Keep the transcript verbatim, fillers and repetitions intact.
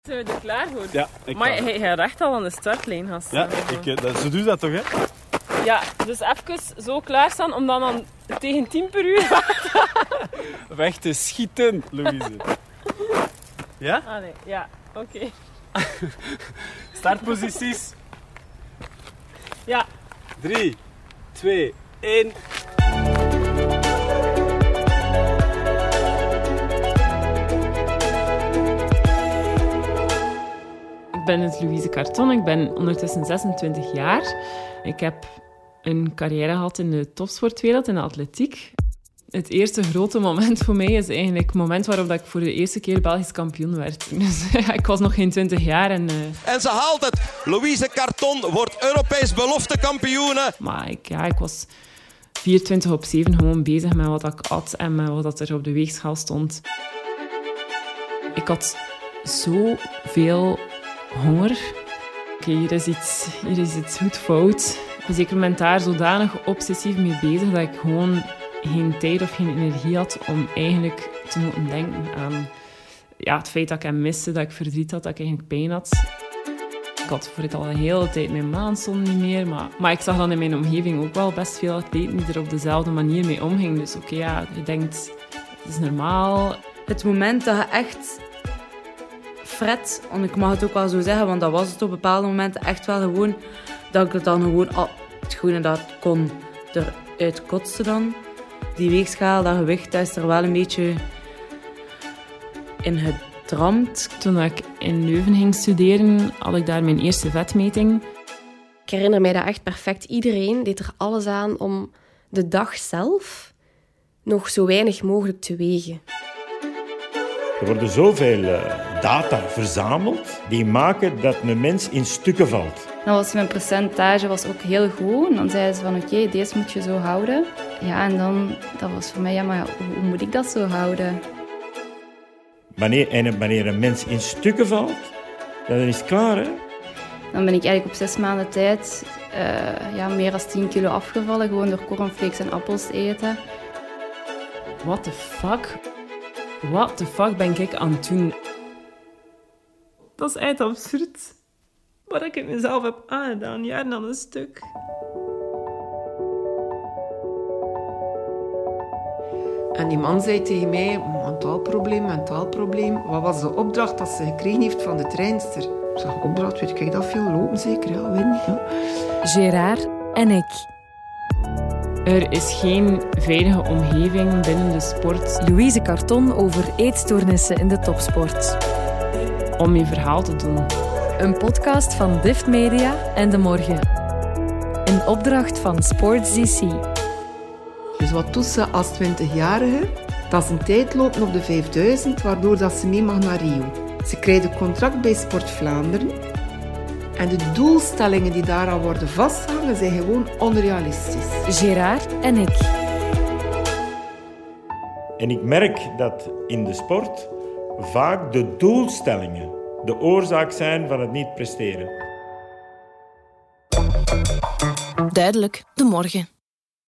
Zijn we er klaar voor? Ja, ik Maar kan. hij gaat echt al aan de startlijn gaan staan. Ja, ik, eh, dat, zo doe je dat toch, hè? Ja, dus even zo klaarstaan om dan, dan tegen tien per uur... Weg te schieten, Louise. Ja? Ah nee, ja, oké. Okay. Startposities. Ja. drie, twee, één. Ik ben het Louise Carton, ik ben ondertussen zesentwintig jaar. Ik heb een carrière gehad in de topsportwereld, in de atletiek. Het eerste grote moment voor mij is eigenlijk het moment waarop ik voor de eerste keer Belgisch kampioen werd. Dus, ik was nog geen twintig jaar. En, uh... en ze haalt het. Louise Carton wordt Europees beloftekampioene. Maar ik, ja, ik was vierentwintig op zeven gewoon bezig met wat ik at en met wat er op de weegschaal stond. Ik had zoveel honger. Oké, hier is iets, hier is iets goed fout. Op een zeker moment daar zodanig obsessief mee bezig dat ik gewoon geen tijd of geen energie had om eigenlijk te moeten denken aan ja, het feit dat ik hem miste, dat ik verdriet had, dat ik eigenlijk pijn had. Ik had voor het al een hele tijd mijn maan stond niet meer, maar, maar ik zag dan in mijn omgeving ook wel best veel atleten die er op dezelfde manier mee omgingen. Dus oké, okay, ja, je denkt, het is normaal. Het moment dat je echt fret, en ik mag het ook wel zo zeggen, want dat was het op bepaalde momenten echt wel gewoon, dat ik het dan gewoon, al, het gewone dat kon eruit kotsen dan. Die weegschaal, dat gewicht, dat is er wel een beetje in gedramd. Toen ik in Leuven ging studeren, had ik daar mijn eerste vetmeting. Ik herinner mij dat echt perfect. Iedereen deed er alles aan om de dag zelf nog zo weinig mogelijk te wegen. Er worden zoveel uh, data verzameld die maken dat een mens in stukken valt. Dan was mijn percentage was ook heel goed. En dan zeiden ze van oké, okay, deze moet je zo houden. Ja, en dan dat was voor mij, ja, maar hoe, hoe moet ik dat zo houden? Wanneer, en wanneer een mens in stukken valt, dan is het klaar, hè? Dan ben ik eigenlijk op zes maanden tijd uh, ja, meer dan tien kilo afgevallen. Gewoon door cornflakes en appels te eten. What the fuck? What the fuck ben ik aan het doen? Dat is echt absurd. Wat ik het mezelf heb aangedaan, jaren aan een stuk. En die man zei tegen mij, mentaal probleem, mentaal probleem. Wat was de opdracht dat ze gekregen heeft van de treinster? Ik zeg, opdracht, weet ik dat veel? Lopen zeker? Ja, weet niet. Ja. Gérard en ik. Er is geen veilige omgeving binnen de sport. Louise Carton over eetstoornissen in de topsport. Om je verhaal te doen. Een podcast van Dift Media en De Morgen. Een opdracht van Sports D C. Dus wat doet ze als twintigjarige? Dat ze een tijd lopen op de vijfduizend, waardoor dat ze mee mag naar Rio. Ze krijgt een contract bij Sport Vlaanderen. En de doelstellingen die daaraan worden vastgehangen zijn gewoon onrealistisch. Gérard en ik. En ik merk dat in de sport vaak de doelstellingen de oorzaak zijn van het niet presteren. Duidelijk, De Morgen.